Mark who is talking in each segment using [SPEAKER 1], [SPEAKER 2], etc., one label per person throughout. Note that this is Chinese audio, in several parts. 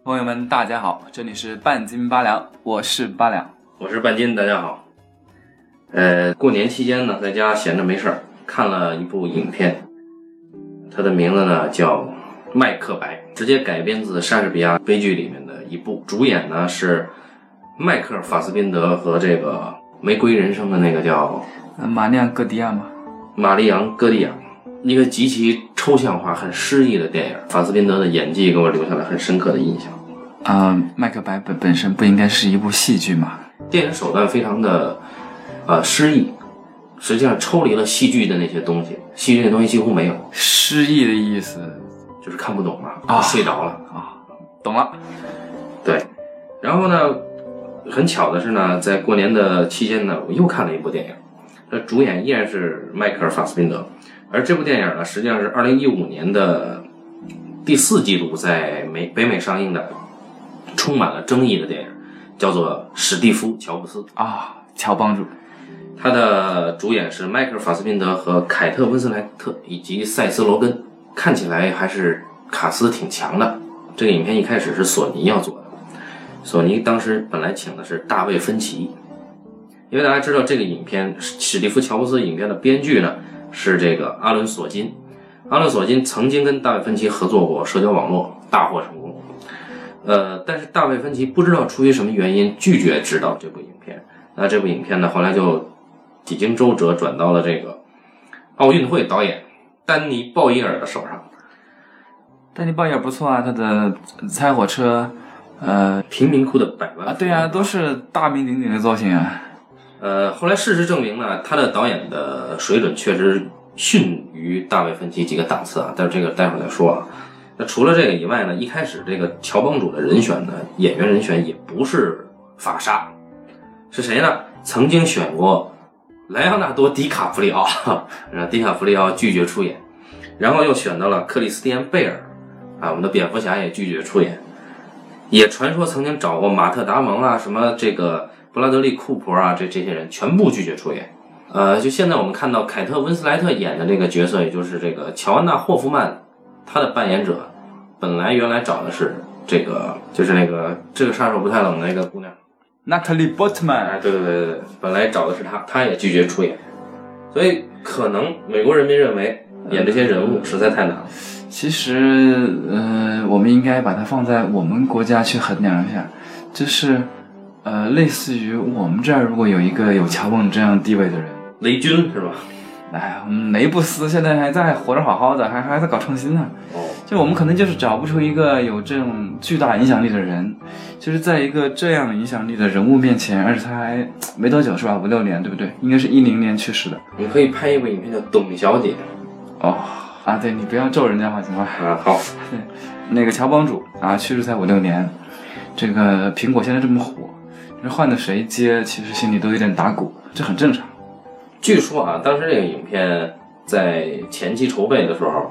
[SPEAKER 1] 朋友们，大家好，这里是半斤八两，我是八两，
[SPEAKER 2] 我是半斤，大家好。过年期间呢，在家闲着没事儿，看了一部影片，它的名字呢叫《麦克白》，直接改编自莎士比亚悲剧里面的一部，主演呢是迈克尔·法斯宾德和这个《玫瑰人生》的那个叫
[SPEAKER 1] 玛丽昂·戈迪亚吗？
[SPEAKER 2] 玛丽昂·戈迪亚，一个极其抽象化、很诗意的电影。法斯宾德的演技给我留下了很深刻的印象。
[SPEAKER 1] 麦克白本身不应该是一部戏剧吗？
[SPEAKER 2] 电影手段非常的诗意，实际上抽离了戏剧的那些东西，戏剧的东西几乎没有。
[SPEAKER 1] 诗意的意思
[SPEAKER 2] 就是看不懂嘛，睡着了
[SPEAKER 1] 懂了。
[SPEAKER 2] 对，然后呢，很巧的是呢，在过年的期间呢，我又看了一部电影，这主演依然是迈克尔·法斯宾德，而这部电影呢，实际上是2015年的第4季度在北美上映的，充满了争议的电影，叫做史蒂夫·乔布斯
[SPEAKER 1] 乔帮主。
[SPEAKER 2] 他的主演是迈克尔·法斯宾德和凯特·温斯莱特以及塞斯·罗根，看起来还是卡斯挺强的。这个影片一开始是索尼要做的，索尼当时本来请的是大卫·芬奇，因为大家知道这个影片史蒂夫·乔布斯影片的编剧呢是这个阿伦·索金。阿伦·索金曾经跟大卫·芬奇合作过社交网络，大获成功。但是大卫·芬奇不知道出于什么原因拒绝指导这部影片。那这部影片呢，后来就几经周折转到了这个奥运会导演丹尼·鲍伊尔的手上。
[SPEAKER 1] 丹尼·鲍伊尔不错啊，他的猜火车，
[SPEAKER 2] 贫民窟的百万
[SPEAKER 1] 对啊，都是大名鼎鼎的作品啊。
[SPEAKER 2] 后来事实证明呢，他的导演的水准确实逊于大卫·芬奇几个档次啊，但是这个待会儿再说啊。那除了这个以外呢，一开始这个乔帮主的人选呢，演员人选也不是法沙，是谁呢？曾经选过莱昂纳多·迪卡普里奥，迪卡普里奥拒绝出演，然后又选到了克里斯蒂安·贝尔，我们的蝙蝠侠也拒绝出演，也传说曾经找过马特·达蒙啊，什么这个布拉德利·库珀啊，这些人全部拒绝出演。就现在我们看到凯特·温斯莱特演的这个角色，也就是这个乔安娜·霍夫曼，她的扮演者，本来原来找的是这个，就是那个这个杀手不太冷的那个姑娘。
[SPEAKER 1] 娜塔莉·波特曼，
[SPEAKER 2] 对，本来找的是他也拒绝出演，所以可能美国人民认为演这些人物实在太难了。
[SPEAKER 1] 其实，我们应该把它放在我们国家去衡量一下，就是类似于我们这儿如果有一个有乔帮主这样地位的人，
[SPEAKER 2] 雷军是吧？
[SPEAKER 1] 我们雷布斯现在还在活着好好的，还在搞创新呢。就我们可能就是找不出一个有这种巨大影响力的人，就是在一个这样影响力的人物面前，而且他还没多久是吧？5、6年对不对？应该是10年去世的。
[SPEAKER 2] 你可以拍一部影片叫《董小姐》。
[SPEAKER 1] 对，你不要咒人家好行吗？
[SPEAKER 2] 好。
[SPEAKER 1] 对，那个乔帮主去世才5、6年，这个苹果现在这么火，这换的谁接，其实心里都有点打鼓，这很正常。
[SPEAKER 2] 据说当时这个影片在前期筹备的时候，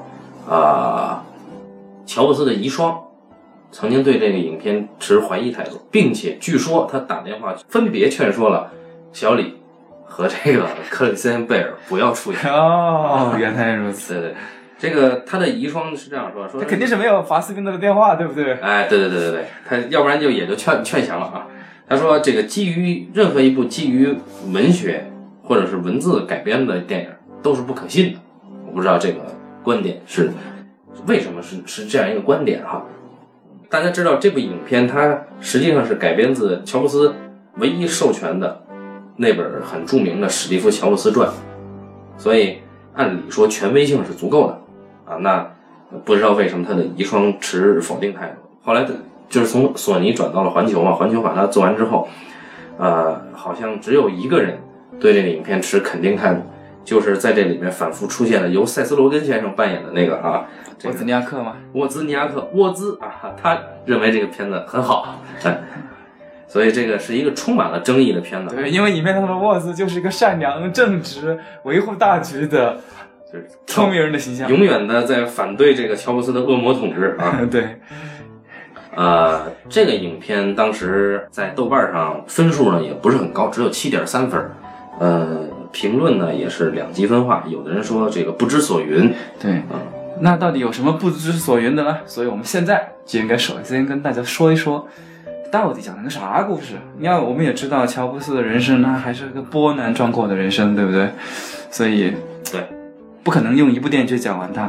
[SPEAKER 2] 乔布斯的遗孀曾经对这个影片持怀疑态度，并且据说他打电话分别劝说了小李和这个克里斯汀·贝尔不要出演。
[SPEAKER 1] 原来如此。
[SPEAKER 2] 对，这个他的遗孀是这样说，
[SPEAKER 1] 他肯定是没有法斯宾德的电话，对不对？
[SPEAKER 2] 对，他要不然也就劝降了啊。他说这个任何一部基于文学或者是文字改编的电影都是不可信的。我不知道这个观点是为什么是这样一个观点哈。大家知道这部影片它实际上是改编自乔布斯唯一授权的那本很著名的史蒂夫·乔布斯传，所以按理说权威性是足够的那不知道为什么他的遗孀持否定态度。后来就是从索尼转到了环球嘛，环球把它做完之后好像只有一个人对这个影片持肯定态度，就是在这里面反复出现了由塞斯·罗根先生扮演的那个
[SPEAKER 1] 沃兹尼亚克吗？
[SPEAKER 2] 沃兹他认为这个片子很好，所以这个是一个充满了争议的片子。
[SPEAKER 1] 对，因为影片中的沃兹就是一个善良、正直、维护大局的聪明人的形象，
[SPEAKER 2] 永远的在反对这个乔布斯的恶魔统治
[SPEAKER 1] 对。
[SPEAKER 2] 这个影片当时在豆瓣上分数呢也不是很高，只有7.3分。评论呢也是2极分化，有的人说这个不知所云，
[SPEAKER 1] 对， 那到底有什么不知所云的呢？所以我们现在就应该首先跟大家说一说，到底讲了个啥故事？你看，我们也知道乔布斯的人生，他还是个波澜壮阔的人生，对不对？所以，
[SPEAKER 2] 对，
[SPEAKER 1] 不可能用一部电影去讲完它。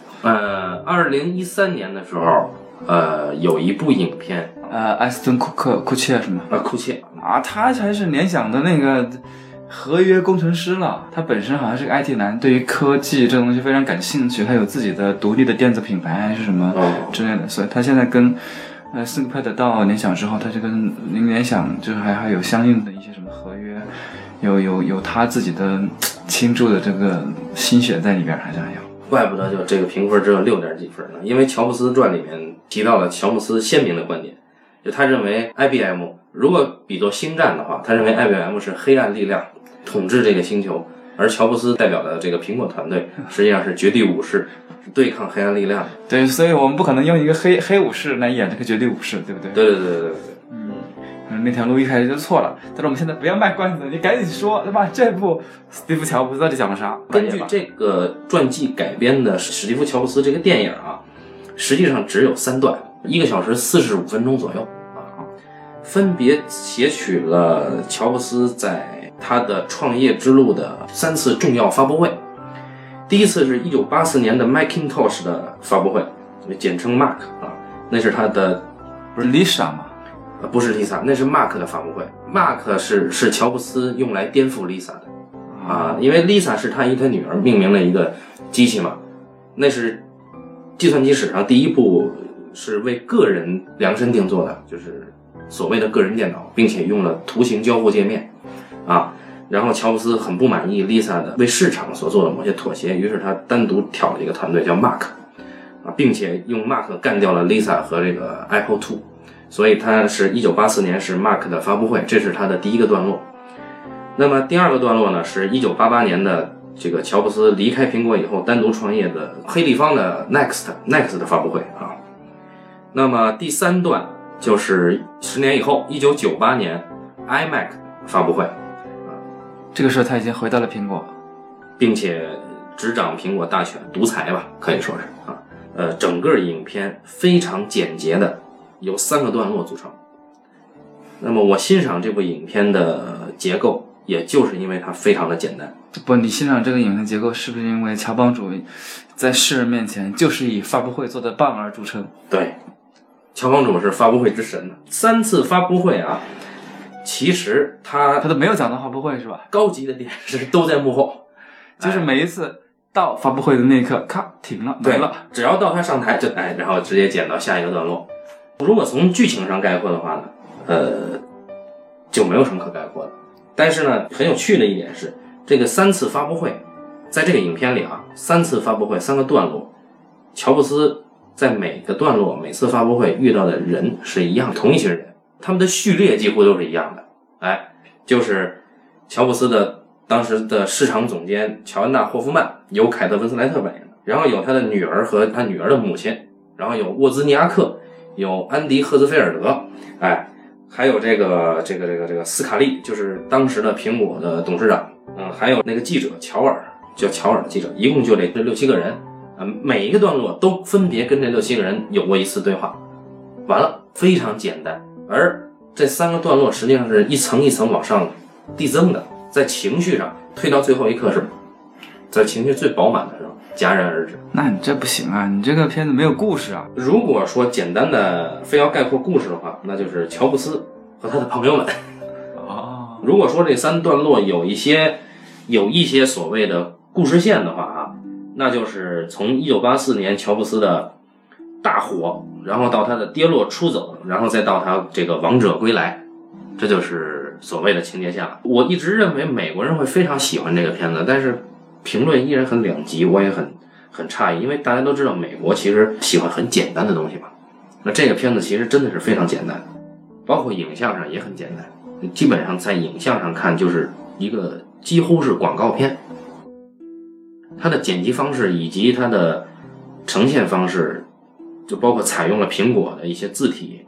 [SPEAKER 2] 2013年的时候，有一部影片，
[SPEAKER 1] 埃斯顿库切是吗？
[SPEAKER 2] 库切
[SPEAKER 1] 啊，他才是联想的那个合约工程师了。他本身好像是个 IT 男，对于科技这东西非常感兴趣。他有自己的独立的电子品牌还是什么之类的，所以他现在跟ThinkPad 到联想之后，他就跟联想就是还有相应的一些什么合约，有他自己的倾注的这个心血在里边，好像有。
[SPEAKER 2] 怪不得就这个评分只有6点几分呢，因为乔布斯传里面提到了乔布斯鲜明的观点，就他认为 IBM 如果比作星战的话，他认为 IBM 是黑暗力量统治这个星球，而乔布斯代表的这个苹果团队实际上是绝地武士，是对抗黑暗力量的。
[SPEAKER 1] 对，所以我们不可能用一个黑武士来演这个绝地武士，对不对？
[SPEAKER 2] 对。
[SPEAKER 1] 那条路一开始就错了，但是我们现在不要卖关子，你赶紧说，对吧？这部史蒂夫·乔布斯到底讲了啥？
[SPEAKER 2] 根据这个传记改编的史蒂夫·乔布斯这个电影啊，实际上只有3段，1个小时45分钟左右啊，分别写取了乔布斯在他的创业之路的3次重要发布会。第一次是1984年的 Macintosh 的发布会，简称 Mac 啊，那是他的
[SPEAKER 1] 不是 Lisa 吗？
[SPEAKER 2] 不是 Lisa， 那是 Mac 的发布会。Mac 是乔布斯用来颠覆 Lisa 的啊，因为 Lisa 是他以他女儿命名了一个机器嘛，那是计算机史上第一部是为个人量身定做的，就是所谓的个人电脑，并且用了图形交互界面啊。然后乔布斯很不满意 Lisa 的为市场所做的某些妥协，于是他单独挑了一个团队叫 Mac 啊，并且用 Mac 干掉了 Lisa 和这个 Apple II。所以他是1984年是 Mac 的发布会，这是他的第一个段落。那么第二个段落呢，是1988年的这个乔布斯离开苹果以后单独创业的黑立方的 Next 的发布会啊。那么第3段就是10年以后1998年 iMac 发布会啊，
[SPEAKER 1] 这个时候他已经回到了苹果，
[SPEAKER 2] 并且执掌苹果大权，独裁吧，可以说是啊。整个影片非常简洁的由3个段落组成。那么我欣赏这部影片的结构，也就是因为它非常的简单。
[SPEAKER 1] 不，你欣赏这个影片结构，是不是因为乔帮主在世人面前就是以发布会做得棒而著称？
[SPEAKER 2] 对，乔帮主是发布会之神，3次发布会啊，其实他
[SPEAKER 1] 都没有讲到发布会是吧？
[SPEAKER 2] 高级的点是都在幕后，
[SPEAKER 1] 就是每一次到发布会的那一刻，咔停了，没了。
[SPEAKER 2] 只要到他上台就然后直接剪到下一个段落。如果从剧情上概括的话呢，就没有什么可概括的。但是呢，很有趣的一点是，这个3次发布会，在这个影片里啊，3次发布会3个段落，乔布斯在每个段落每次发布会遇到的人是一样，同一群人，他们的序列几乎都是一样的。就是乔布斯的当时的市场总监乔安娜霍夫曼，由凯特温斯莱特扮演的，然后有他的女儿和他女儿的母亲，然后有沃兹尼亚克，有安迪赫兹菲尔德，还有这个斯卡利，就是当时的苹果的董事长，还有那个记者乔尔，叫乔尔的记者，一共就这6、7个人，每一个段落都分别跟这6、7个人有过一次对话，完了，非常简单。而这3个段落实际上是一层一层往上递增的，在情绪上推到最后一刻是，在情绪最饱满的时候戛然而止。
[SPEAKER 1] 那你这不行啊，你这个片子没有故事啊。
[SPEAKER 2] 如果说简单的非要概括故事的话，那就是乔布斯和他的朋友们。如果说这3段落有一些所谓的故事线的话啊，那就是从1984年乔布斯的大火，然后到他的跌落出走，然后再到他这个王者归来，这就是所谓的情节线了。我一直认为美国人会非常喜欢这个片子，但是评论依然很两极，我也很诧异，因为大家都知道美国其实喜欢很简单的东西嘛。那这个片子其实真的是非常简单，包括影像上也很简单，基本上在影像上看就是一个几乎是广告片。它的剪辑方式以及它的呈现方式，就包括采用了苹果的一些字体，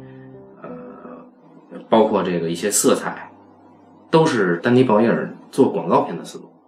[SPEAKER 2] 包括这个一些色彩，都是丹尼鲍耶尔做广告片的思路。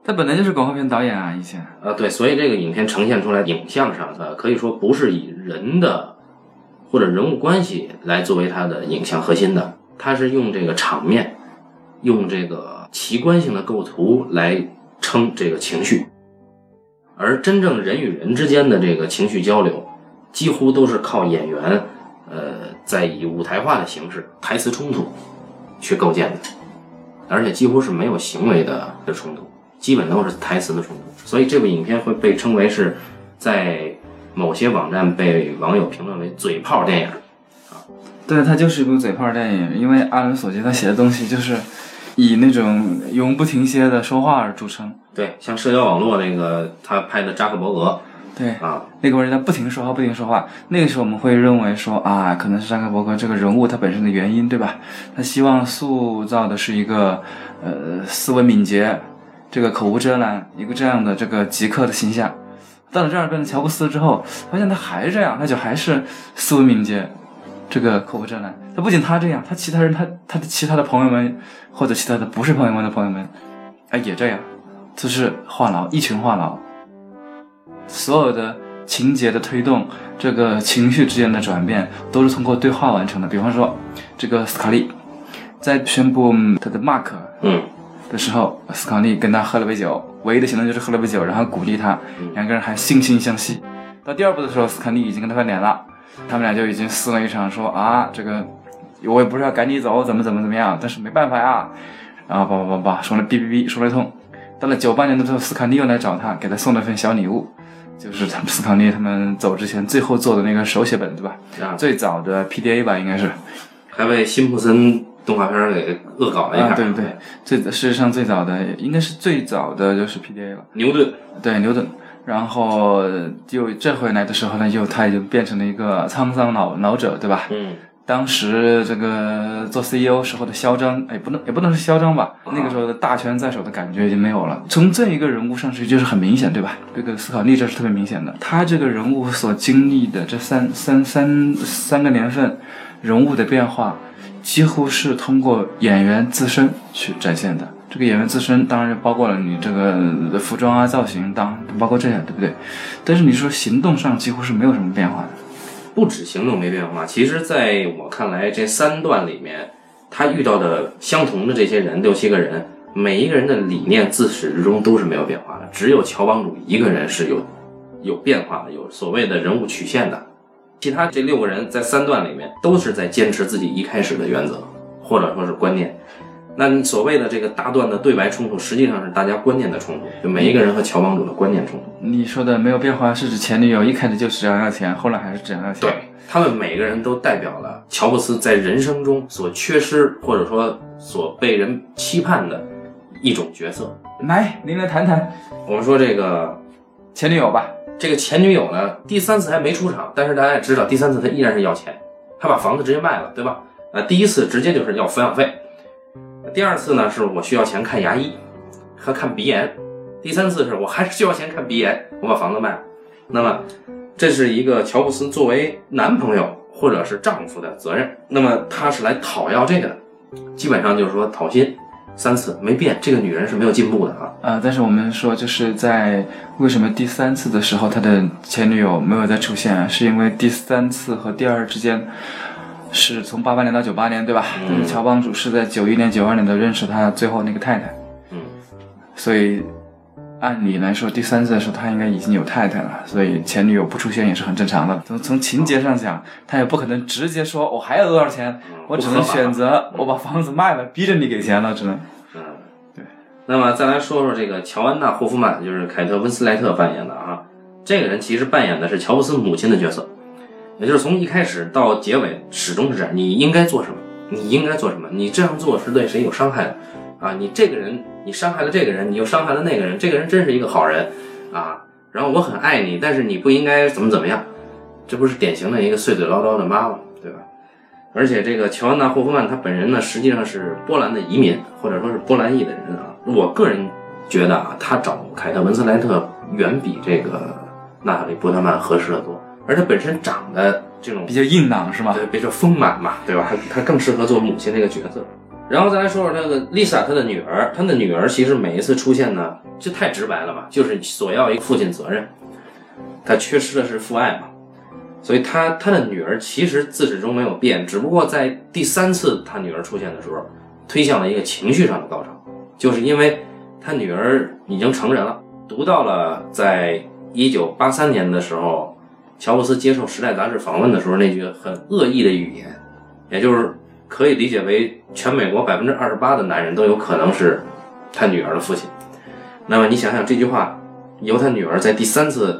[SPEAKER 1] 他本来就是广告片导演啊，以前。
[SPEAKER 2] 对，所以这个影片呈现出来影像上，可以说不是以人的或者人物关系来作为它的影像核心的，它是用这个场面，用这个奇观性的构图来撑这个情绪，而真正人与人之间的这个情绪交流，几乎都是靠演员在以舞台化的形式台词冲突去构建的，而且几乎是没有行为的冲突，基本都是台词的冲突。所以这部影片会被称为是在某些网站被网友评论为嘴炮电影啊。
[SPEAKER 1] 对，它就是一部嘴炮电影，因为阿伦索杰他写的东西就是以那种永不停歇的说话而著称。
[SPEAKER 2] 对，像社交网络那个他拍的扎克伯格，
[SPEAKER 1] 对
[SPEAKER 2] 啊，
[SPEAKER 1] 那个人他不停说话，不停说话。那个时候我们会认为说啊，可能是扎克伯格这个人物他本身的原因，对吧？他希望塑造的是一个思维敏捷，这个口无遮拦，一个这样的这个极客的形象。到了这儿变成乔布斯之后，发现他还是这样，他就还是思维敏捷，这个口无遮拦。他不仅他这样，他其他人他的其他的朋友们或者其他的不是朋友们的朋友们，也这样，就是话痨，一群话痨。所有的情节的推动，这个情绪之间的转变，都是通过对话完成的。比方说，这个斯卡利在宣布他的 Mark 的时候，斯卡利跟他喝了杯酒，唯一的行动就是喝了杯酒，然后鼓励他，两个人还惺惺相惜。到第二部的时候，斯卡利已经跟他翻脸了，他们俩就已经撕了一场，说啊，这个我也不是要赶你走，怎么样，但是没办法呀，然后叭说了哔哔哔说了一通。到了98年的时候，斯卡利又来找他，给他送了份小礼物。就是他们斯卡利他们走之前最后做的那个手写本，对吧？最早的 PDA 吧，应该是，
[SPEAKER 2] 还被辛普森动画片给恶搞了一下。
[SPEAKER 1] 对对，事实上最早的应该是最早的就是 PDA 了。
[SPEAKER 2] 牛顿，
[SPEAKER 1] 对牛顿，然后就这回来的时候呢，他已经变成了一个沧桑老者，对吧？当时这个做 CEO 时候的嚣张，也不能是嚣张吧，那个时候的大权在手的感觉已经没有了。从这一个人物上去就是很明显，对吧？这个斯考利这是特别明显的，他这个人物所经历的这三个年份，人物的变化，几乎是通过演员自身去展现的。这个演员自身当然包括了你这个服装啊、造型，包括这些，对不对？但是你说行动上几乎是没有什么变化的。
[SPEAKER 2] 不止行动没变化，其实在我看来，这3段里面，他遇到的相同的这些人6、7个人，每一个人的理念自始至终都是没有变化的，只有乔帮主一个人是有变化的，有所谓的人物曲线的。其他这6个人在3段里面都是在坚持自己一开始的原则，或者说是观念。那你所谓的这个大段的对白冲突，实际上是大家观念的冲突，就每一个人和乔帮主的观念冲突。
[SPEAKER 1] 你说的没有变化是指前女友一开始就是这样要钱，后来还是这样要钱。
[SPEAKER 2] 对，他们每个人都代表了乔布斯在人生中所缺失或者说所被人期盼的一种角色。
[SPEAKER 1] 来，您来谈谈。
[SPEAKER 2] 我们说这个
[SPEAKER 1] 前女友吧，
[SPEAKER 2] 这个前女友呢，第3次还没出场，但是大家也知道，第3次他依然是要钱，他把房子直接卖了，对吧？第1次直接就是要抚养费。第2次呢，是我需要钱看牙医和看鼻炎，第3次是我还是需要钱看鼻炎，我把房子卖了。那么这是一个乔布斯作为男朋友或者是丈夫的责任，那么他是来讨要这个的，基本上就是说讨薪。3次没变，这个女人是没有进步的啊。
[SPEAKER 1] 但是我们说就是在为什么第3次的时候他的前女友没有再出现，是因为第3次和第2之间是从88年到98年，对吧？乔帮主是在91年、92年的认识他最后那个太太。所以按理来说，第3次的时候他应该已经有太太了，所以前女友不出现也是很正常的。从情节上讲，他也不可能直接说我还要多少钱，我只能选择我把房子卖了，逼着你给钱了，只能。对。
[SPEAKER 2] 那么再来说说这个乔安娜·霍夫曼，就是凯特·温斯莱特扮演的啊，这个人其实扮演的是乔布斯母亲的角色。也就是从一开始到结尾始终是这样，你应该做什么，你应该做什么，你这样做是对谁有伤害的啊？你这个人你伤害了这个人，你又伤害了那个人，这个人真是一个好人啊，然后我很爱你，但是你不应该怎么样，这不是典型的一个碎嘴唠叨的妈妈，对吧？而且这个乔安娜·霍夫曼她本人呢，实际上是波兰的移民或者说是波兰裔的人啊。我个人觉得啊，她找凯特·温斯莱特远比这个娜塔莉·波特曼合适得多。而他本身长得这种
[SPEAKER 1] 比较硬朗是吗？
[SPEAKER 2] 对，比较丰满嘛，对吧？他更适合做母亲那个角色。 然后再来说说那个 Lisa 她的女儿，她的女儿其实每一次出现呢，就太直白了吧，就是索要一个父亲责任，她缺失的是父爱嘛，所以她的女儿其实自始终没有变，只不过在第3次她女儿出现的时候，推向了一个情绪上的高潮，就是因为她女儿已经成人了，读到了在1983年的时候，乔布斯接受《时代》杂志访问的时候那句很恶意的语言，也就是可以理解为全美国28%的男人都有可能是他女儿的父亲。那么你想想这句话由他女儿在第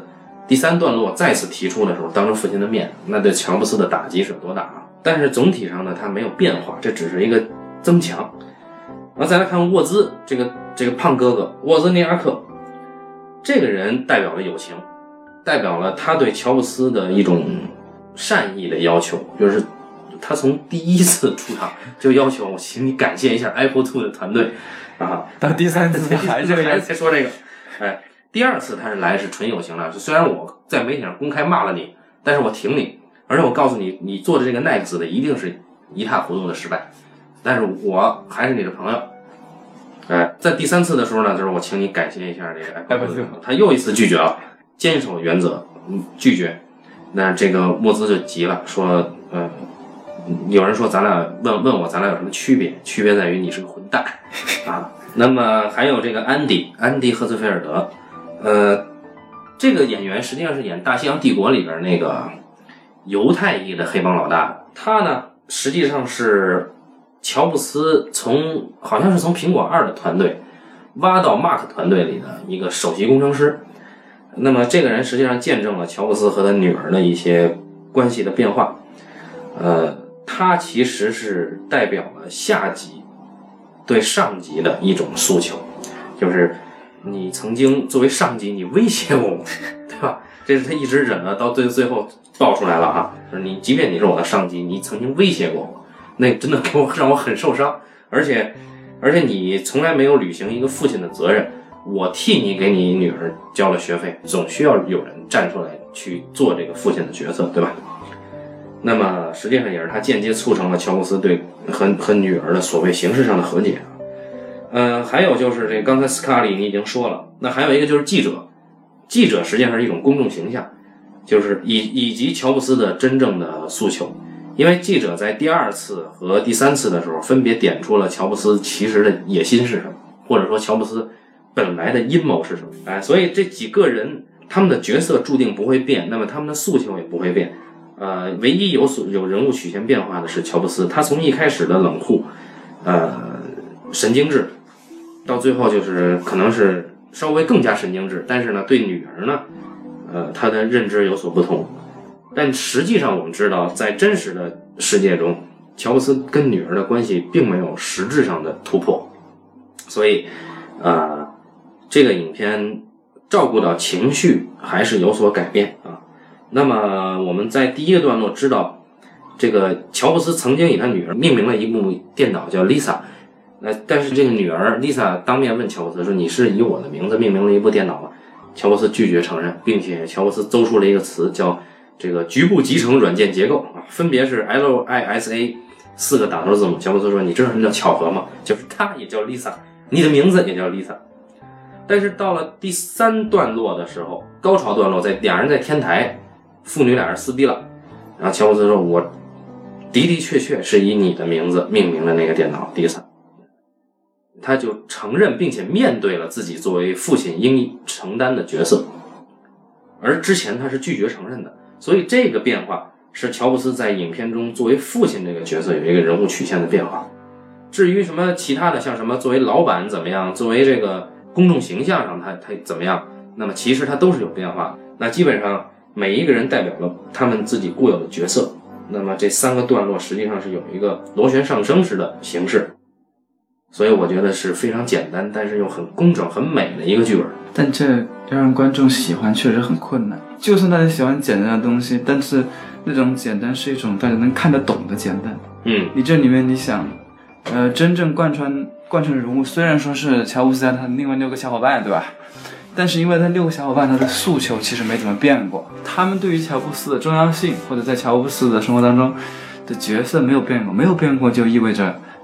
[SPEAKER 2] 3段落再次提出的时候，当着父亲的面，那对乔布斯的打击是有多大啊？但是总体上呢，他没有变化，这只是一个增强。然后再来看沃兹这个胖哥哥沃兹尼亚克，这个人代表了友情，代表了他对乔布斯的一种善意的要求，就是他从第1次出场就要求我，请你感谢一下 Apple II 的团队啊。
[SPEAKER 1] 到第3次还这个样子，
[SPEAKER 2] 才说这个，哎，第2次他是来是纯友情的，虽然我在媒体上公开骂了你，但是我挺你，而且我告诉你，你做的这个 Next 的一定是一塌糊涂的失败，但是我还是你的朋友。哎，在第3次的时候呢，就是我请你感谢一下这个 Apple II， 他又一次拒绝了，坚守原则，拒绝。那这个莫兹就急了，说，有人说咱俩问我咱俩有什么区别？区别在于你是个混蛋啊。那么还有这个安迪·赫兹菲尔德，这个演员实际上是演《大西洋帝国》里边那个犹太裔的黑帮老大，他呢实际上是乔布斯好像是从苹果2的团队挖到 Mac 团队里的一个首席工程师。那么这个人实际上见证了乔布斯和他女儿的一些关系的变化。他其实是代表了下级对上级的一种诉求，就是你曾经作为上级你威胁我，对吧？这是他一直忍了，到最后爆出来了哈，就是你即便你是我的上级，你曾经威胁过我，那真的让我很受伤，而且你从来没有履行一个父亲的责任，我替你给你女儿交了学费，总需要有人站出来去做这个父亲的角色，对吧？那么实际上也是他间接促成了乔布斯对和女儿的所谓形式上的和解。还有就是这刚才斯卡利你已经说了，那还有一个就是记者实际上是一种公众形象，就是以及乔布斯的真正的诉求。因为记者在第2次和第3次的时候分别点出了乔布斯其实的野心是什么，或者说乔布斯本来的阴谋是什么。所以这几个人他们的角色注定不会变，那么他们的诉求也不会变。唯一有人物曲线变化的是乔布斯，他从一开始的冷酷，神经质，到最后就是可能是稍微更加神经质，但是呢，对女儿呢，他的认知有所不同。但实际上我们知道，在真实的世界中，乔布斯跟女儿的关系并没有实质上的突破，所以，这个影片照顾到情绪还是有所改变啊。那么我们在第1个段落知道，这个乔布斯曾经以他女儿命名了一部电脑叫 Lisa， 但是这个女儿 Lisa 当面问乔布斯说：“你是以我的名字命名了一部电脑吗？”乔布斯拒绝承认，并且乔布斯诌出了一个词叫这个局部集成软件结构啊，分别是 LISA 4个打头字母。乔布斯说：“你知道什么叫巧合吗？就是它也叫 Lisa， 你的名字也叫 Lisa。”但是到了第3段落的时候，高潮段落，俩人在天台。父女俩人撕逼了，然后乔布斯说：“我的确是以你的名字命名了那个电脑 Lisa。”他就承认并且面对了自己作为父亲应承担的角色，而之前他是拒绝承认的。所以这个变化是乔布斯在影片中作为父亲这个角色有一个人物曲线的变化。至于什么其他的，像什么作为老板怎么样，作为这个公众形象上他怎么样，那么其实他都是有变化。那基本上每一个人代表了他们自己固有的角色，那么这3个段落实际上是有一个螺旋上升式的形式，所以我觉得是非常简单但是又很工整很美的一个剧本。
[SPEAKER 1] 但这要让观众喜欢确实很困难，就算大家喜欢简单的东西，但是那种简单是一种大家能看得懂的简单。你这里面你想真正贯穿人物，虽然说是乔布斯他另外6个小伙伴，对吧？但是因为他6个小伙伴他的诉求其实没怎么变过，他们对于乔布斯的重要性或者在乔布斯的生活当中的角色没有变过，没有变过就意味着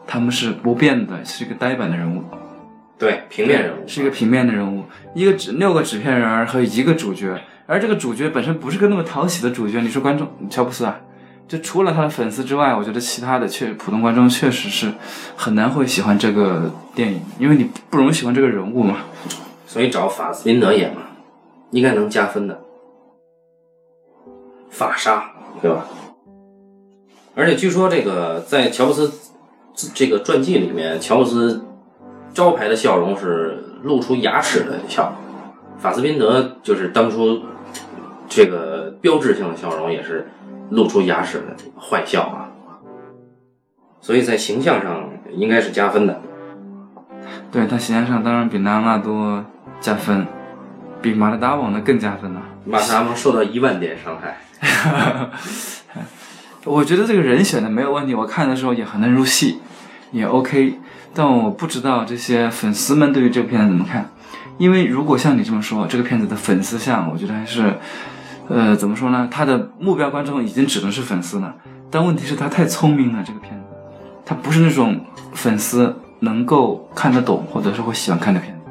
[SPEAKER 1] 他们是不变的，是一个呆板的人物。
[SPEAKER 2] 对，平面人物
[SPEAKER 1] 是一个平面的人物，6个纸片人和1个主角，而这个主角本身不是个那么讨喜的主角。你说观众乔布斯啊，就除了他的粉丝之外，我觉得其他的普通观众确实是很难会喜欢这个电影，因为你不容易喜欢这个人物嘛。
[SPEAKER 2] 所以找法斯宾德演嘛，应该能加分的。发纱，对吧？而且据说这个在乔布斯这个传记里面，乔布斯招牌的笑容是露出牙齿的笑，法斯宾德就是当初这个标志性的笑容也是露出牙齿的坏笑啊，所以在形象上应该是加分的。
[SPEAKER 1] 对，他形象上当然比莱昂纳多加分，比马特达蒙的更加分了。
[SPEAKER 2] 马特达蒙受到10000点伤害。
[SPEAKER 1] 我觉得这个人选的没有问题，我看的时候也很能入戏，也 OK。但我不知道这些粉丝们对于这个片子怎么看，因为如果像你这么说，这个片子的粉丝向，我觉得还是，怎么说呢？他的目标观众已经只能是粉丝了。但问题是他太聪明了，这个片子，他不是那种粉丝能够看得懂或者是会喜欢看的片子。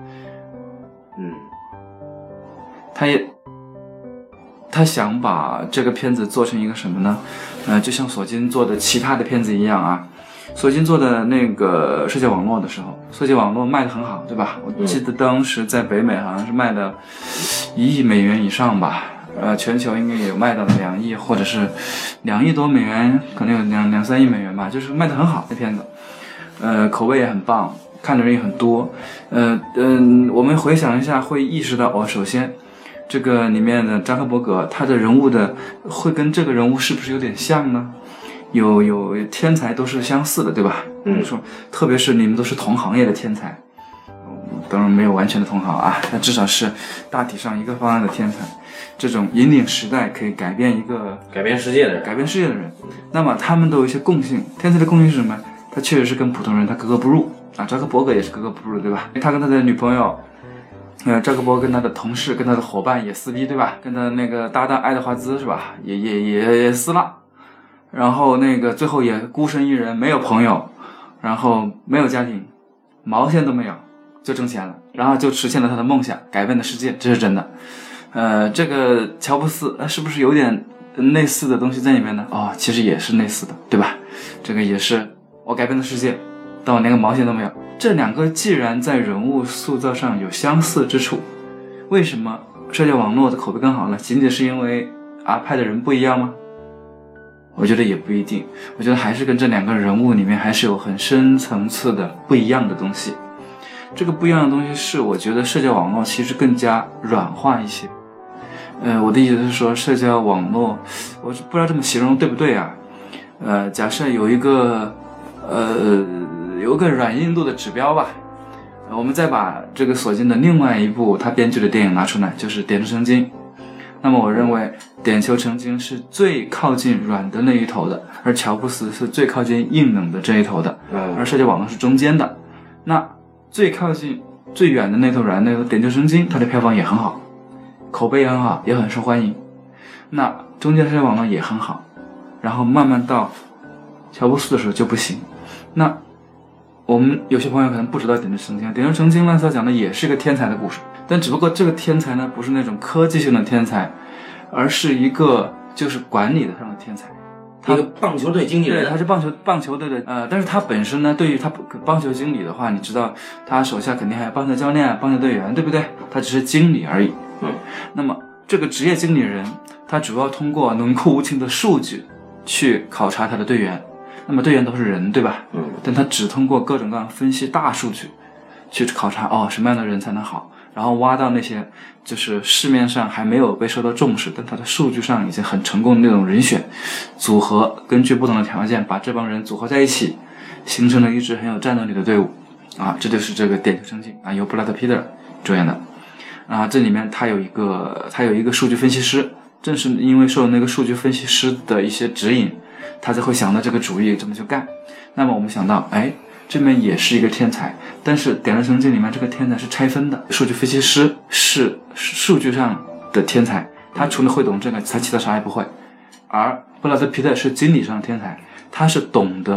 [SPEAKER 1] 他想把这个片子做成一个什么呢？就像索金做的其他的片子一样啊。索金做的那个社交网络的时候，社交网络卖得很好，对吧？我记得当时在北美好像是卖的1亿美元以上吧，全球应该也有卖到了2亿，或者是2亿多美元，可能有2、3亿美元吧，就是卖得很好的片子。口碑也很棒，看的人也很多。我们回想一下，会意识到首先这个里面的扎克伯格，他的人物的会跟这个人物是不是有点像呢？有天才都是相似的，对吧？说特别是你们都是同行业的天才，当然没有完全的同行啊，但至少是大体上一个方案的天才。这种引领时代可以改变
[SPEAKER 2] 世界的
[SPEAKER 1] 人，那么他们都有一些共性。天才的共性是什么？他确实是跟普通人他格格不入啊。扎克伯格也是格格不入，对吧？他跟他的女朋友。扎克伯格跟他的同事跟他的伙伴也撕逼，对吧？跟他那个搭档爱德华兹是吧，也撕了，然后那个最后也孤身一人，没有朋友，然后没有家庭，毛线都没有，就挣钱了，然后就实现了他的梦想，改变了世界，这是真的。这个乔布斯是不是有点类似的东西在里面呢？其实也是类似的，对吧？这个也是我改变了世界，但我连个毛线都没有。这两个既然在人物塑造上有相似之处，为什么社交网络的口碑更好呢？仅仅是因为拍的人不一样吗？我觉得也不一定，我觉得还是跟这两个人物里面还是有很深层次的不一样的东西。这个不一样的东西是我觉得社交网络其实更加软化一些。我的意思是说，社交网络我不知道这么形容对不对啊？假设有一个软硬度的指标吧，我们再把这个索金的另外一部他编剧的电影拿出来，就是《点球成金》。那么我认为《点球成金》是最靠近软的那一头的，而乔布斯是最靠近硬冷的这一头的，而社交网络是中间的。那最靠近最远的那头软那头《点球成金》，它的票房也很好，口碑也很好，也很受欢迎。那中间社交网络也很好，然后慢慢到乔布斯的时候就不行。那我们有些朋友可能不知道《点球成金》，《点球成金》呢，他讲的也是一个天才的故事，但只不过这个天才呢，不是那种科技性的天才，而是一个就是管理上的天才。
[SPEAKER 2] 一个棒球队经理人，
[SPEAKER 1] 对，他是棒球队的，但是他本身呢，对于他棒球经理的话，你知道他手下肯定还有棒球教练、棒球队员，对不对？他只是经理而已。那么这个职业经理人，他主要通过冷酷无情的数据去考察他的队员。那么队员都是人，对吧？但他只通过各种各样分析大数据去考察什么样的人才能好，然后挖到那些就是市面上还没有被受到重视，但他的数据上已经很成功的那种人选组合，根据不同的条件把这帮人组合在一起，形成了一支很有战斗力的队伍这就是这个点球成金由布拉德皮特主演的这里面他有一个数据分析师，正是因为受了那个数据分析师的一些指引，他才会想到这个主意这么去干。那么我们想到这边也是一个天才，但是点球成金里面这个天才是拆分的，数据分析师是数据上的天才，他除了会懂这个他其他啥也不会，而布拉德皮特是经理上的天才，他是懂得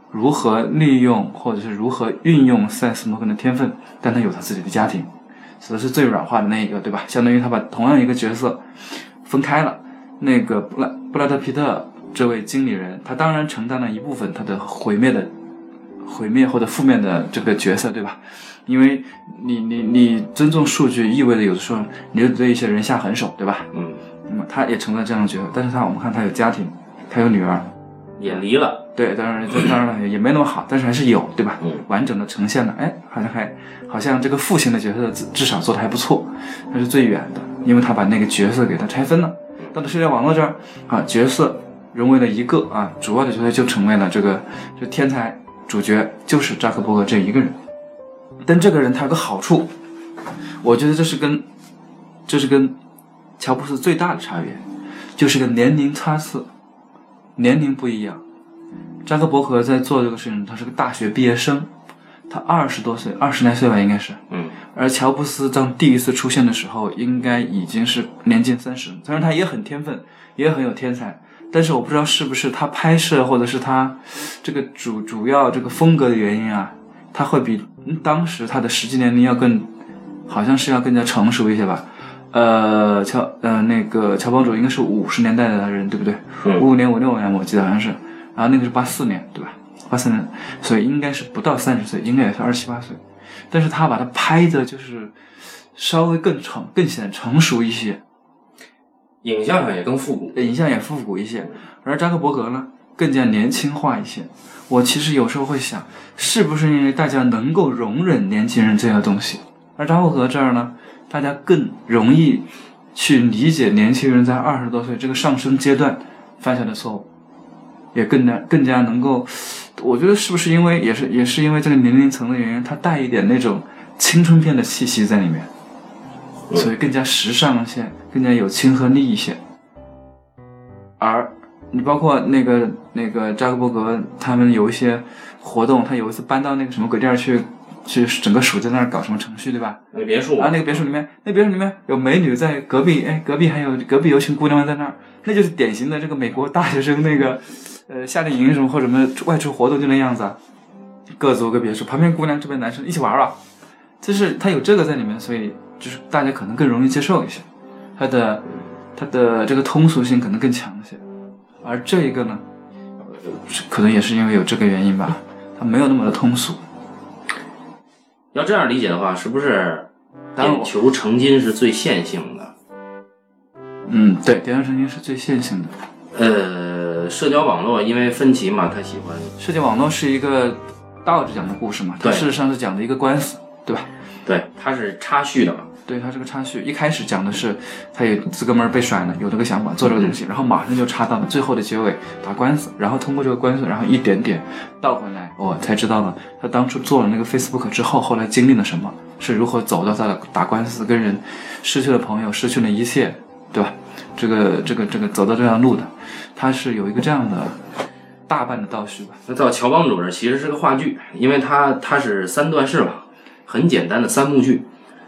[SPEAKER 1] 如何利用或者是如何运用塞斯·摩根的天分，但他有他自己的家庭，死的是最软化的那一个，对吧？相当于他把同样一个角色分开了。那个布拉德皮特这位经理人，他当然承担了一部分他的毁灭或者负面的这个角色，对吧？因为你尊重数据，意味着有的时候你就对一些人下狠手，对吧？他也承担这样的角色，但是我们看他有家庭，他有女儿，
[SPEAKER 2] 也离了。
[SPEAKER 1] 对，当然了，也没那么好，但是还是有，对吧？完整的呈现了，好像这个父亲的角色至少做的还不错，那是最远的，因为他把那个角色给他拆分了。到了社交网络这儿啊，角色融为了一个啊，主要的角色就成为了这天才主角，就是扎克伯格这一个人。但这个人他有个好处，我觉得这是跟乔布斯最大的差别，就是个年龄差次，年龄不一样。扎克伯格在做这个事情，他是个大学毕业生，他20多岁，20来岁吧，应该是。而乔布斯当第一次出现的时候，应该已经是年近30。虽然他也很天分，也很有天才，但是我不知道是不是他拍摄或者是他这个主要这个风格的原因啊，他会比当时他的实际年龄好像是要更加成熟一些吧。那个乔帮主应该是50年代的人，对不对？55年、56年，我记得好像是。然后那个是84年，对吧？84年，所以应该是不到30岁，应该也是27、28岁。但是他把它拍的就是稍微更显成熟一些，
[SPEAKER 2] 影像上也更复
[SPEAKER 1] 古一些。而扎克伯格呢，更加年轻化一些。我其实有时候会想，是不是因为大家能够容忍年轻人这样的东西，而扎克伯格这儿呢，大家更容易去理解年轻人在20多岁这个上升阶段犯下的错误，也更加能够，我觉得是不是因为也是因为这个年龄层的原因，它带一点那种青春片的气息在里面，所以更加时尚一些，更加有亲和力一些。而你包括那个扎克伯格他们有一些活动，他有一次搬到那个什么鬼地儿去整个暑假在那儿搞什么程序，对吧？
[SPEAKER 2] 那个别墅
[SPEAKER 1] 啊，那个别墅里面有美女在隔壁，隔壁有群姑娘在那儿，那就是典型的这个美国大学生那个夏令营什么或者什么外出活动就那样子啊，各租个别墅，旁边姑娘这边男生一起玩吧，就是他有这个在里面，所以就是大家可能更容易接受一些，他的这个通俗性可能更强一些。而这一个呢，可能也是因为有这个原因吧，它没有那么的通俗。
[SPEAKER 2] 要这样理解的话，是不是点球成金是最线性的？
[SPEAKER 1] 对，点球成金是最线性的。
[SPEAKER 2] 社交网络因为芬奇嘛，他喜欢
[SPEAKER 1] 社交网络是一个倒着讲的故事嘛，它事实上是讲的一个官司，对吧？
[SPEAKER 2] 对，它是插叙的嘛。
[SPEAKER 1] 对，它是个插叙，一开始讲的是他有这哥们儿被甩了，有这个想法做这个东西，然后马上就插到了最后的结尾打官司，然后通过这个官司，然后一点点倒回来，我才知道了他当初做了那个 Facebook 之后，后来经历了什么，是如何走到他的打官司，跟人失去了朋友，失去了一切，对吧？这个走到这条路的，他是有一个这样的大半的倒叙吧。
[SPEAKER 2] 那到乔帮主这其实是个话剧，因为它是3段式嘛，很简单的3幕剧。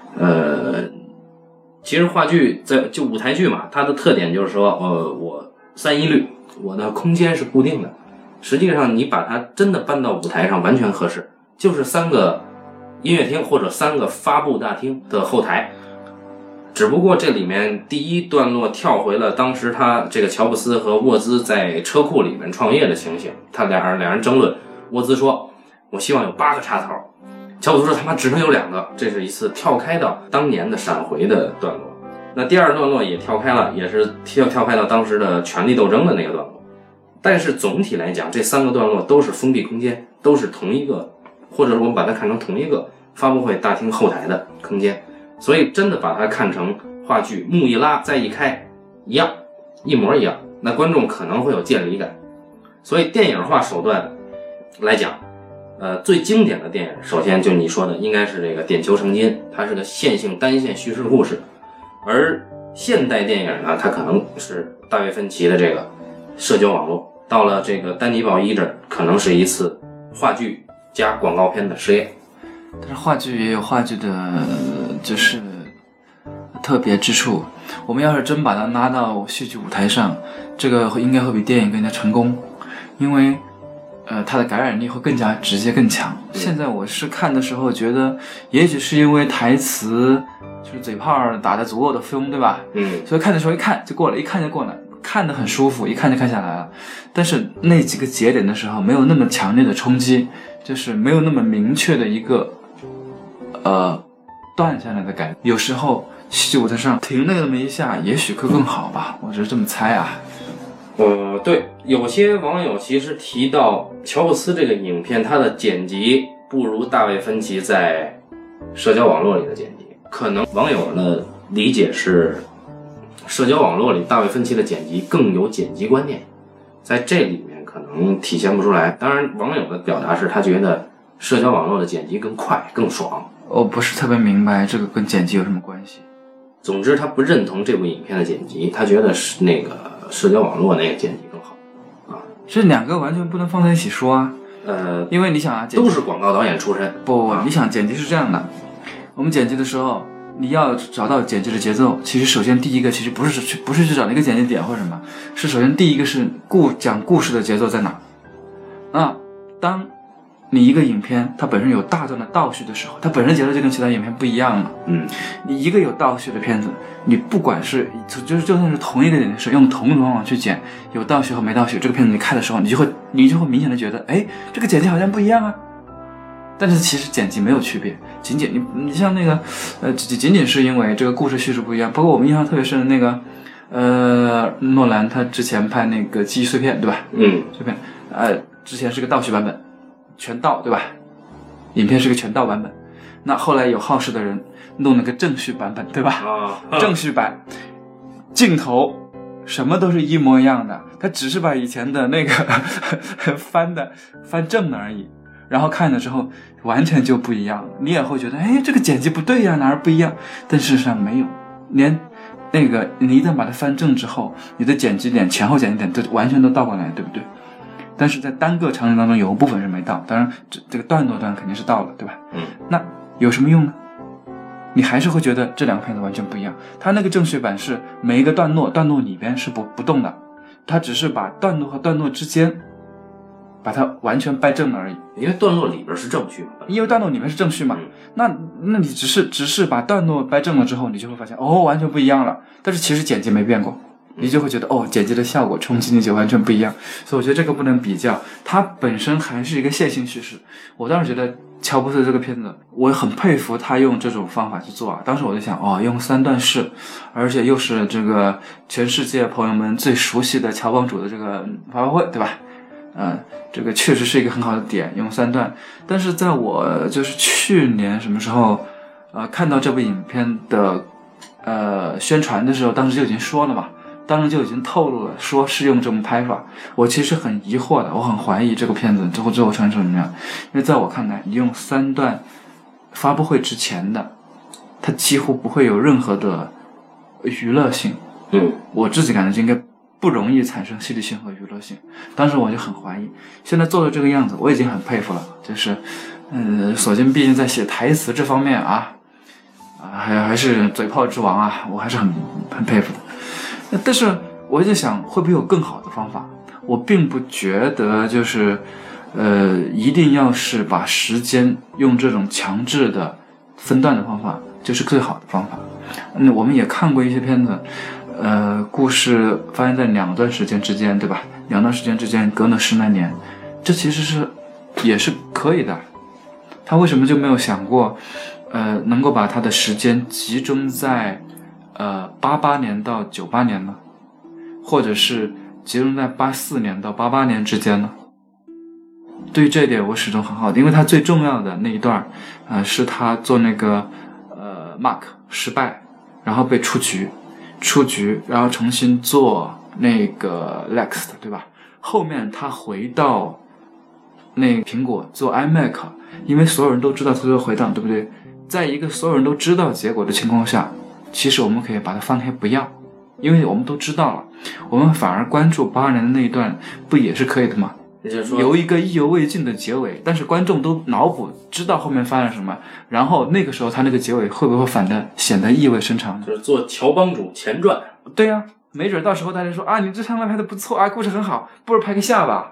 [SPEAKER 2] 其实话剧就舞台剧嘛，它的特点就是说，我3:1律，我的空间是固定的。实际上你把它真的搬到舞台上完全合适，就是3个音乐厅或者3个发布大厅的后台。只不过这里面第一段落跳回了当时他这个乔布斯和沃兹在车库里面创业的情形，他俩人争论，沃兹说我希望有8个插头，乔布斯说他妈只能有2个，这是一次跳开到当年的闪回的段落。那第2段落也跳开了，也是跳开到当时的权力斗争的那个段落。但是总体来讲，这3个段落都是封闭空间，都是同一个，或者我们把它看成同一个发布会大厅后台的空间。所以真的把它看成话剧，幕一拉再一开，一模一样，那观众可能会有渐离感。所以电影化手段来讲，最经典的电影，首先就你说的应该是这个点球成金，它是个线性单线叙事故事。而现代电影呢，它可能是大卫芬奇的这个社交网络，到了这个丹尼鲍伊这儿，可能是一次话剧加广告片的实验。
[SPEAKER 1] 但是话剧也有话剧的就是特别之处，我们要是真把它拉到戏剧舞台上，这个应该会比电影更加成功。因为它的感染力会更加直接更强。现在我是看的时候觉得，也许是因为台词就是嘴炮打得足够的疯，对吧？所以看的时候一看就过了，一看就过了，看得很舒服，一看就看下来了。但是那几个节点的时候没有那么强烈的冲击，就是没有那么明确的一个断下来的感觉。有时候秀得上停了那么一下，也许会更好吧，我只是这么猜啊。
[SPEAKER 2] 对，有些网友其实提到乔布斯这个影片，它的剪辑不如大卫芬奇在社交网络里的剪辑。可能网友的理解是，社交网络里大卫芬奇的剪辑更有剪辑观念，在这里面可能体现不出来。当然，网友的表达是他觉得社交网络的剪辑更快更爽。
[SPEAKER 1] 我不是特别明白这个跟剪辑有什么关系。
[SPEAKER 2] 总之，他不认同这部影片的剪辑，他觉得是那个社交网络那个剪辑更好啊。
[SPEAKER 1] 这两个完全不能放在一起说啊。因为你想啊，
[SPEAKER 2] 都是广告导演出身。
[SPEAKER 1] 不，你想剪辑是这样的，我们剪辑的时候，你要找到剪辑的节奏，其实首先第一个其实不是去找那个剪辑点或者什么，是首先第一个是讲故事的节奏在哪。那当你一个影片它本身有大段的倒叙的时候，它本身节奏就跟其他影片不一样了。你一个有倒叙的片子，你不管是就算是同一个点的事，用同一种方法去剪，有倒叙和没倒叙，这个片子你看的时候，你就会明显的觉得，哎，这个剪辑好像不一样啊。但是其实剪辑没有区别，仅仅你像那个仅仅是因为这个故事叙事不一样。包括我们印象特别深的那个诺兰他之前拍那个记忆碎片，对吧？碎片之前是个倒叙版本，全倒，对吧？影片是个全倒版本。那后来有好事的人弄了个正序版本，对吧？正序版镜头什么都是一模一样的，他只是把以前的那个翻正了而已。然后看了之后完全就不一样了，你也会觉得，哎，这个剪辑不对呀，哪儿不一样？但事实上没有，连那个你一旦把它翻正之后，你的剪辑点前后剪辑点都完全都倒过来，对不对？但是在单个场景当中有一部分是没到，当然这个段落段肯定是到了，对吧？那有什么用呢？你还是会觉得这两个片子完全不一样。它那个正序版是每一个段落里边是不动的，它只是把段落和段落之间把它完全掰正了而已。
[SPEAKER 2] 因为段落里边是正序嘛。
[SPEAKER 1] 因为段落里面是正序嘛。那你只是把段落掰正了之后，你就会发现完全不一样了。但是其实剪辑没变过。你就会觉得剪辑的效果冲击力就完全不一样，所以我觉得这个不能比较，它本身还是一个线性叙事。我当时觉得乔布斯这个片子，我很佩服他用这种方法去做啊。当时我就想，用3段式，而且又是这个全世界朋友们最熟悉的乔帮主的这个发布会，对吧？这个确实是一个很好的点，用3段。但是在我就是去年什么时候看到这部影片的宣传的时候，当时就已经说了嘛。当时就已经透露了，说是用这种拍法。我其实很疑惑的，我很怀疑这个片子最后传成什么样。因为在我看来，你用3段发布会之前的，它几乎不会有任何的娱乐性。我自己感觉应该不容易产生戏剧性和娱乐性。当时我就很怀疑，现在做的这个样子，我已经很佩服了。就是索金毕竟在写台词这方面还是嘴炮之王啊，我还是很佩服的。但是我在想，会不会有更好的方法？我并不觉得就是一定要是把时间用这种强制的分段的方法就是最好的方法。我们也看过一些片子，故事发生在2段时间之间，对吧？2段时间之间隔了10来年，这其实也是可以的。他为什么就没有想过能够把他的时间集中在88年到98年呢？或者是集中在84年到88年之间呢？对于这一点我始终很好的，因为他最重要的那一段是他做那个Mark 失败，然后被出局，然后重新做那个 Lex 的，对吧？后面他回到那个苹果做 iMac， 因为所有人都知道他做回档，对不对？在一个所有人都知道结果的情况下，其实我们可以把它放开不要，因为我们都知道了，我们反而关注82年的那一段，不也是可以的吗？由一个意犹未尽的结尾，但是观众都脑补知道后面发生什么，然后那个时候他那个结尾会不会反的显得意味深长？
[SPEAKER 2] 就是做乔帮主前传。
[SPEAKER 1] 对呀，没准到时候大家说你这上来拍的不错故事很好，不如拍个下吧。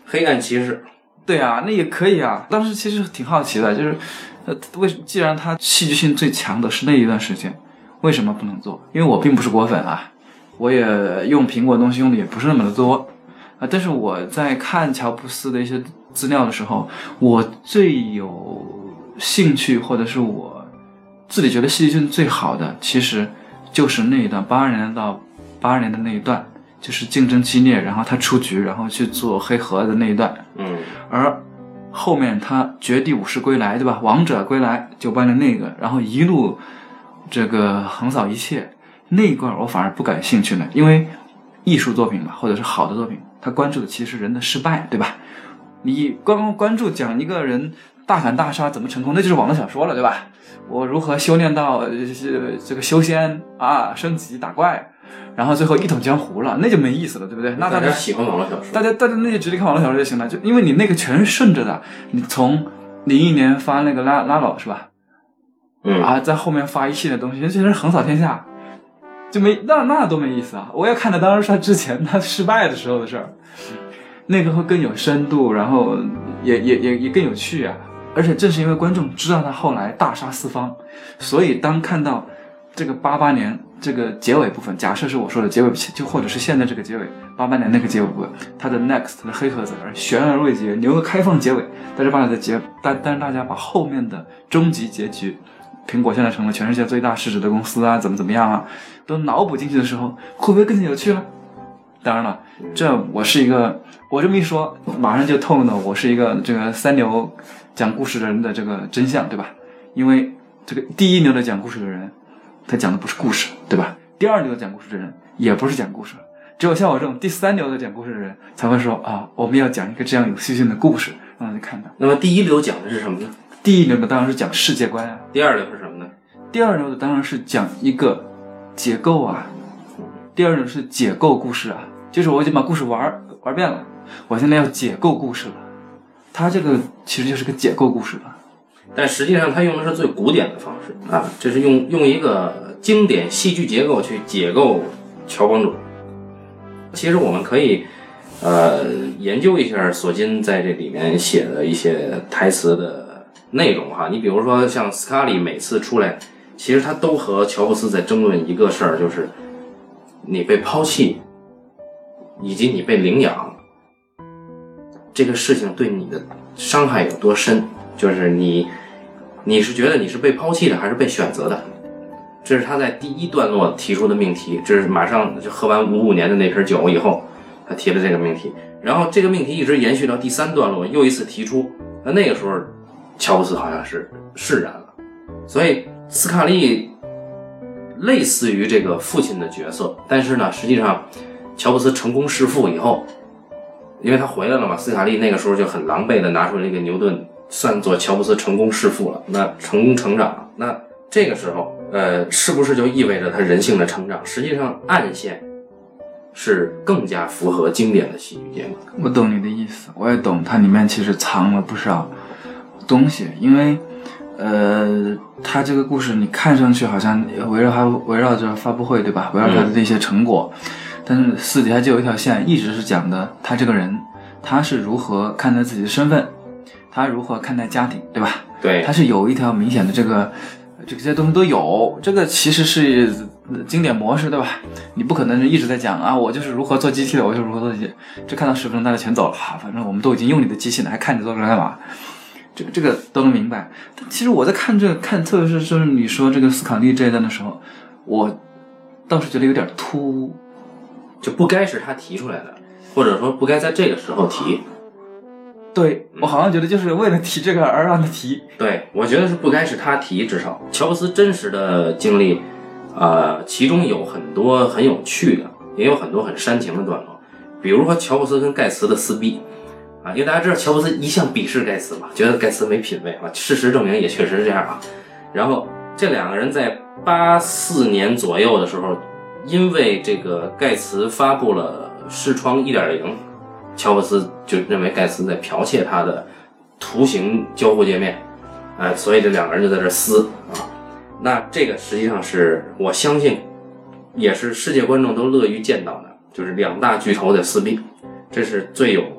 [SPEAKER 2] 黑暗骑士。
[SPEAKER 1] 对啊，那也可以啊。当时其实挺好奇的，就是既然它戏剧性最强的是那一段时间，为什么不能做？因为我并不是果粉啊，我也用苹果的东西用的也不是那么的多啊。但是我在看乔布斯的一些资料的时候，我最有兴趣，或者是我自己觉得戏剧性最好的，其实就是那一段82年到82年的那一段，就是竞争激烈，然后他出局，然后去做黑盒的那一段。而后面他绝地武士归来，对吧？王者归来98年那个，然后一路这个横扫一切那一段，我反而不感兴趣了，因为艺术作品吧，或者是好的作品，他关注的其实是人的失败，对吧？你光关注讲一个人大砍大杀怎么成功，那就是网络小说了，对吧？我如何修炼到这个修仙啊，升级打怪，然后最后一统江湖了，那就没意思了，对不对？那
[SPEAKER 2] 大家喜欢网络小说，
[SPEAKER 1] 大家那就直接看网络小说就行了，就因为你那个全是顺着的，你从01年发那个拉老是吧？在后面发一系列东西，这是横扫天下，就没那多没意思啊！我要看的当然是他之前他失败的时候的事儿，那个会更有深度，然后也更有趣啊！而且正是因为观众知道他后来大杀四方，所以当看到这个88年这个结尾部分，假设是我说的结尾，就或者是现在这个结尾，88年那个结尾部分，它的 next 的黑盒子而悬而未决，留个开放结尾，但是但是大家把后面的终极结局，苹果现在成了全世界最大市值的公司啊，怎么样啊，都脑补进去的时候，会不会更有趣了？当然了，我这么一说，马上就透露了我是一个这个三流讲故事的人的这个真相，对吧？因为这个第一流的讲故事的人，他讲的不是故事，对吧？第二流的讲故事的人也不是讲故事，只有像我这种第三流的讲故事的人才会说啊，我们要讲一个这样有戏剧性的故事，让大家看到。
[SPEAKER 2] 那么第一流讲的是什么呢？
[SPEAKER 1] 第一流的当然是讲世界观啊。
[SPEAKER 2] 第二流是什么呢？
[SPEAKER 1] 第二流的当然是讲一个结构啊。第二流是解构故事啊，就是我已经把故事玩遍了，我现在要解构故事了。它这个其实就是个解构故事了。
[SPEAKER 2] 但实际上他用的是最古典的方式啊，这是用一个经典戏剧结构去解构乔帮主。其实我们可以研究一下索金在这里面写的一些台词的内容哈。你比如说像斯卡利每次出来，其实他都和乔布斯在争论一个事儿，就是你被抛弃以及你被领养这个事情对你的伤害有多深，就是你是觉得你是被抛弃的还是被选择的？这是他在第一段落提出的命题，这是马上就喝完55年的那瓶酒以后他提了这个命题，然后这个命题一直延续到第三段落又一次提出，那个时候乔布斯好像是释然了。所以斯卡利类似于这个父亲的角色，但是呢实际上乔布斯成功弑父以后，因为他回来了嘛，斯卡利那个时候就很狼狈的拿出了一个牛顿，算作乔布斯成功弑父了，那成功成长，那这个时候是不是就意味着他人性的成长？实际上暗线是更加符合经典的戏剧结构。
[SPEAKER 1] 我懂你的意思，我也懂它里面其实藏了不少东西，因为它这个故事你看上去好像围绕着发布会，对吧？围绕他的这些成果，但是私底下就有一条线一直是讲的他这个人，他是如何看待自己的身份，他如何看待家庭，对吧？
[SPEAKER 2] 对，
[SPEAKER 1] 他是有一条明显的这些东西都有，这个其实是经典模式，对吧？你不可能一直在讲啊，我就是如何做机器的，我就是如何做机器，这看到10分钟大家全走了，反正我们都已经用你的机器了，还看你做这干嘛？这个都能明白。但其实我在看特别是就是你说这个斯卡利这一段的时候，我倒是觉得有点突兀，
[SPEAKER 2] 就不该是他提出来的，或者说不该在这个时候提。
[SPEAKER 1] 对，我好像觉得就是为了提这个而让他提。
[SPEAKER 2] 对，我觉得是不该是他提，至少乔布斯真实的经历，其中有很多很有趣的，也有很多很煽情的段落。比如说乔布斯跟盖茨的撕逼啊，因为大家知道乔布斯一向鄙视盖茨嘛，觉得盖茨没品位啊，事实证明也确实是这样啊。然后这两个人在84年左右的时候，因为这个盖茨发布了视窗 1.0，乔布斯就认为盖茨在剽窃他的图形交互界面，所以这两个人就在这撕啊。那这个实际上是我相信也是世界观众都乐于见到的，就是两大巨头的撕逼，这是最有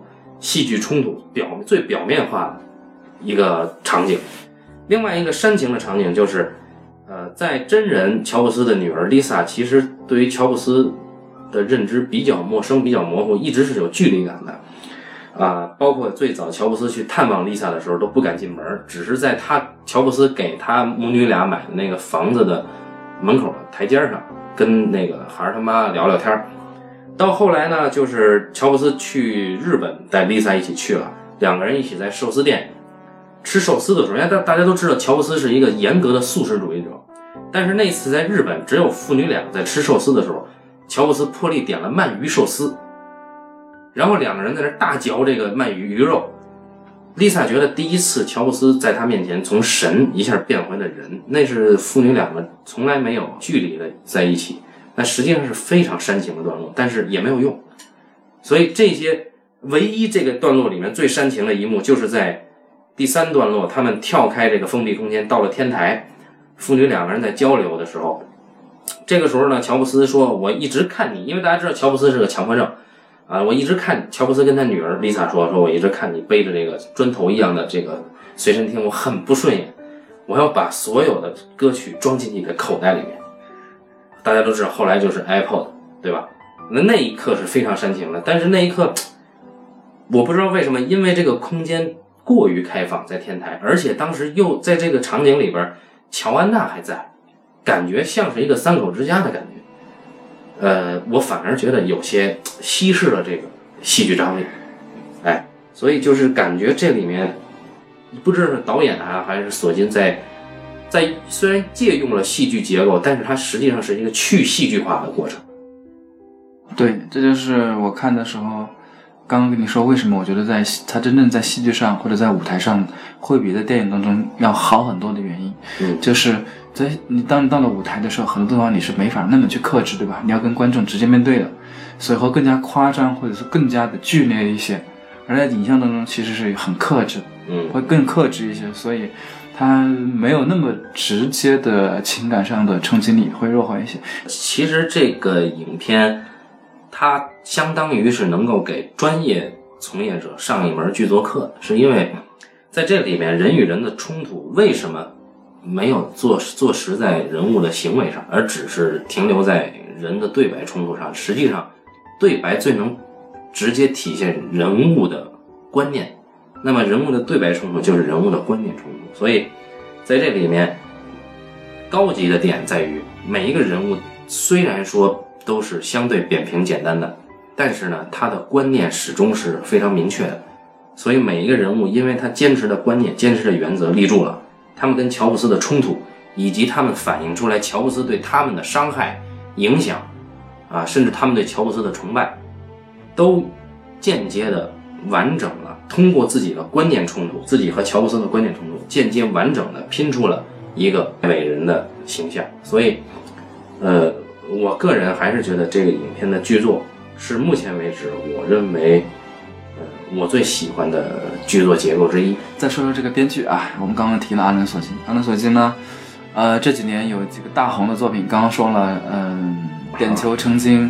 [SPEAKER 2] 戏剧冲突最表面化的一个场景。另外一个煽情的场景就是，在真人乔布斯的女儿 Lisa 其实对于乔布斯的认知比较陌生、比较模糊，一直是有距离感的。包括最早乔布斯去探望 Lisa 的时候都不敢进门，只是在乔布斯给他母女俩买的那个房子的门口的台阶上跟那个孩儿他妈聊聊天。到后来呢，就是乔布斯去日本带 Lisa 一起去了，两个人一起在寿司店吃寿司的时候，因为大家都知道乔布斯是一个严格的素食主义者，但是那次在日本只有父女俩在吃寿司的时候，乔布斯破例点了鳗鱼寿司，然后两个人在那大嚼这个鳗鱼肉。Lisa 觉得第一次乔布斯在他面前从神一下变回了人，那是父女两个从来没有距离的在一起，那实际上是非常煽情的段落，但是也没有用。所以这些唯一这个段落里面最煽情的一幕，就是在第3段落，他们跳开这个封闭空间到了天台，父女两个人在交流的时候，这个时候呢，乔布斯说我一直看你，因为大家知道乔布斯是个强迫症我一直看乔布斯跟他女儿 Lisa 说我一直看你背着这个砖头一样的这个随身听，我很不顺眼，我要把所有的歌曲装进你的口袋里面。大家都知道后来就是 iPod 对吧，那一刻是非常煽情的，但是那一刻我不知道为什么，因为这个空间过于开放在天台，而且当时又在这个场景里边乔安娜还在，感觉像是一个3口之家的感觉。我反而觉得有些稀释了这个戏剧张力，所以就是感觉这里面不知道是导演还是索金在虽然借用了戏剧结构，但是它实际上是一个去戏剧化的过程。
[SPEAKER 1] 对，这就是我看的时候刚刚跟你说为什么我觉得它真正在戏剧上或者在舞台上会比在电影当中要好很多的原因。就是当你到了舞台的时候，很多地方你是没法那么去克制，对吧？你要跟观众直接面对的，所以会更加夸张或者是更加的剧烈一些，而在影像当中其实是很克制，会更克制一些，所以它没有那么直接的情感上的冲击力，会弱化一些。
[SPEAKER 2] 其实这个影片它相当于是能够给专业从业者上一门剧作课，是因为在这里面人与人的冲突为什么没有做实在人物的行为上，而只是停留在人的对白冲突上。实际上对白最能直接体现人物的观念，那么人物的对白冲突就是人物的观念冲突。所以在这里面高级的点在于每一个人物虽然说都是相对扁平简单的，但是呢他的观念始终是非常明确的。所以每一个人物因为他坚持的观念坚持的原则立住了，他们跟乔布斯的冲突以及他们反映出来乔布斯对他们的伤害影响甚至他们对乔布斯的崇拜，都间接的完整了通过自己的观念冲突，自己和乔布斯的观念冲突间接完整的拼出了一个伟人的形象。所以我个人还是觉得这个影片的剧作是目前为止我认为我最喜欢的剧作结构之一。
[SPEAKER 1] 再说说这个编剧我们刚刚提了阿伦索金。阿伦索金呢这几年有几个大红的作品，刚刚说了点球成金，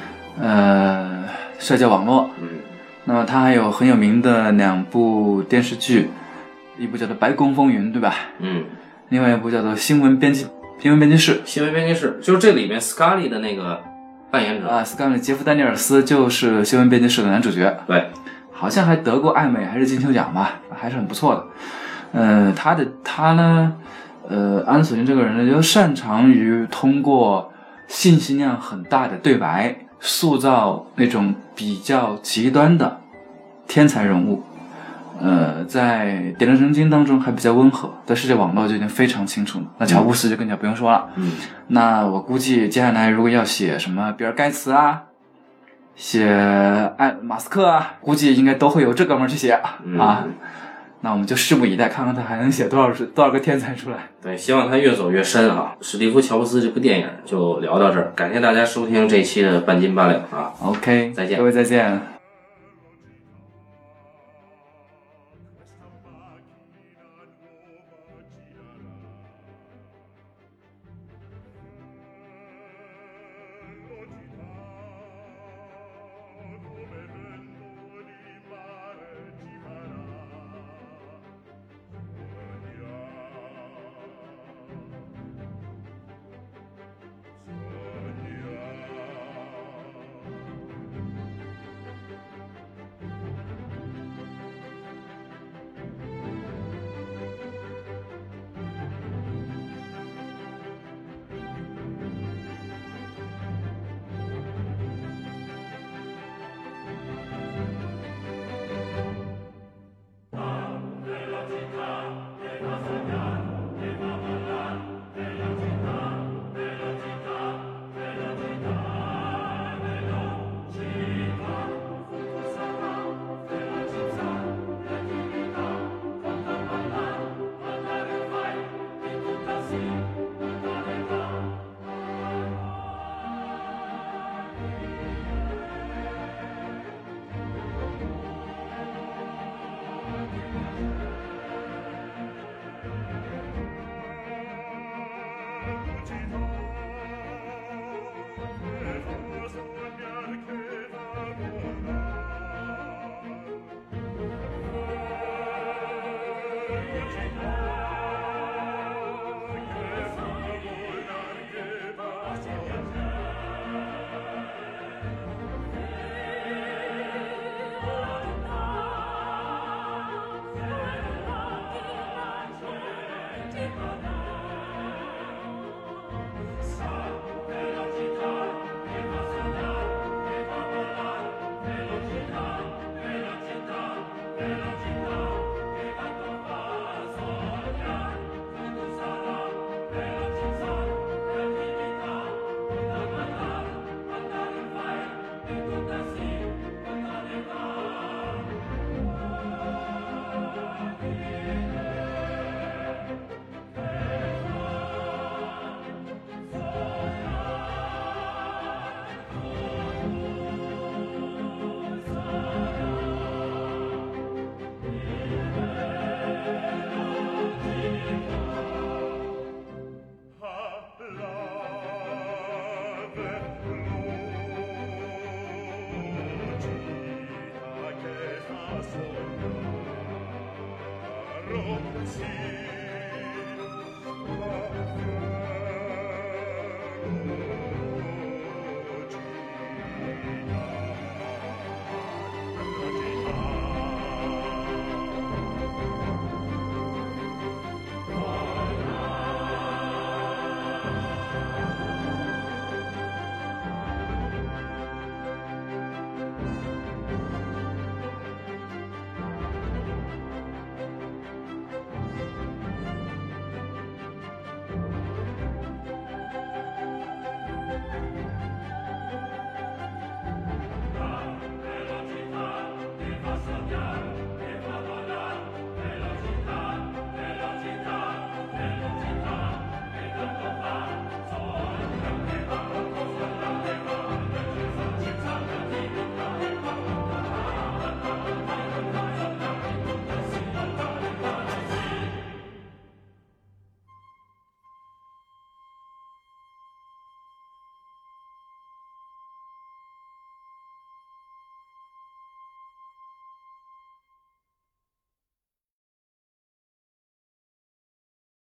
[SPEAKER 1] 社交网络，那么他还有很有名的2部电视剧，一部叫做《白宫风云》，对吧？另外一部叫做新闻编辑室。
[SPEAKER 2] 新闻编辑室就是这里面斯卡利的那个扮演者
[SPEAKER 1] 斯卡利杰夫丹尼尔斯就是新闻编辑室的男主角。
[SPEAKER 2] 对，
[SPEAKER 1] 好像还得过艾美还是金球奖吧，还是很不错的。他呢安索金这个人呢就擅长于通过信息量很大的对白塑造那种比较极端的天才人物。在点亮神经当中还比较温和，在世界网络就已经非常清楚了。那乔布斯就更加不用说了。那我估计接下来如果要写什么比尔盖茨写马斯克估计应该都会由这哥们儿去写那我们就拭目以待，看看他还能写多少个天才出来。
[SPEAKER 2] 对，希望他越走越深史蒂夫·乔布斯这部电影就聊到这儿，感谢大家收听这期的半斤八两
[SPEAKER 1] OK，
[SPEAKER 2] 再见，
[SPEAKER 1] 各位再见。
[SPEAKER 3] 情。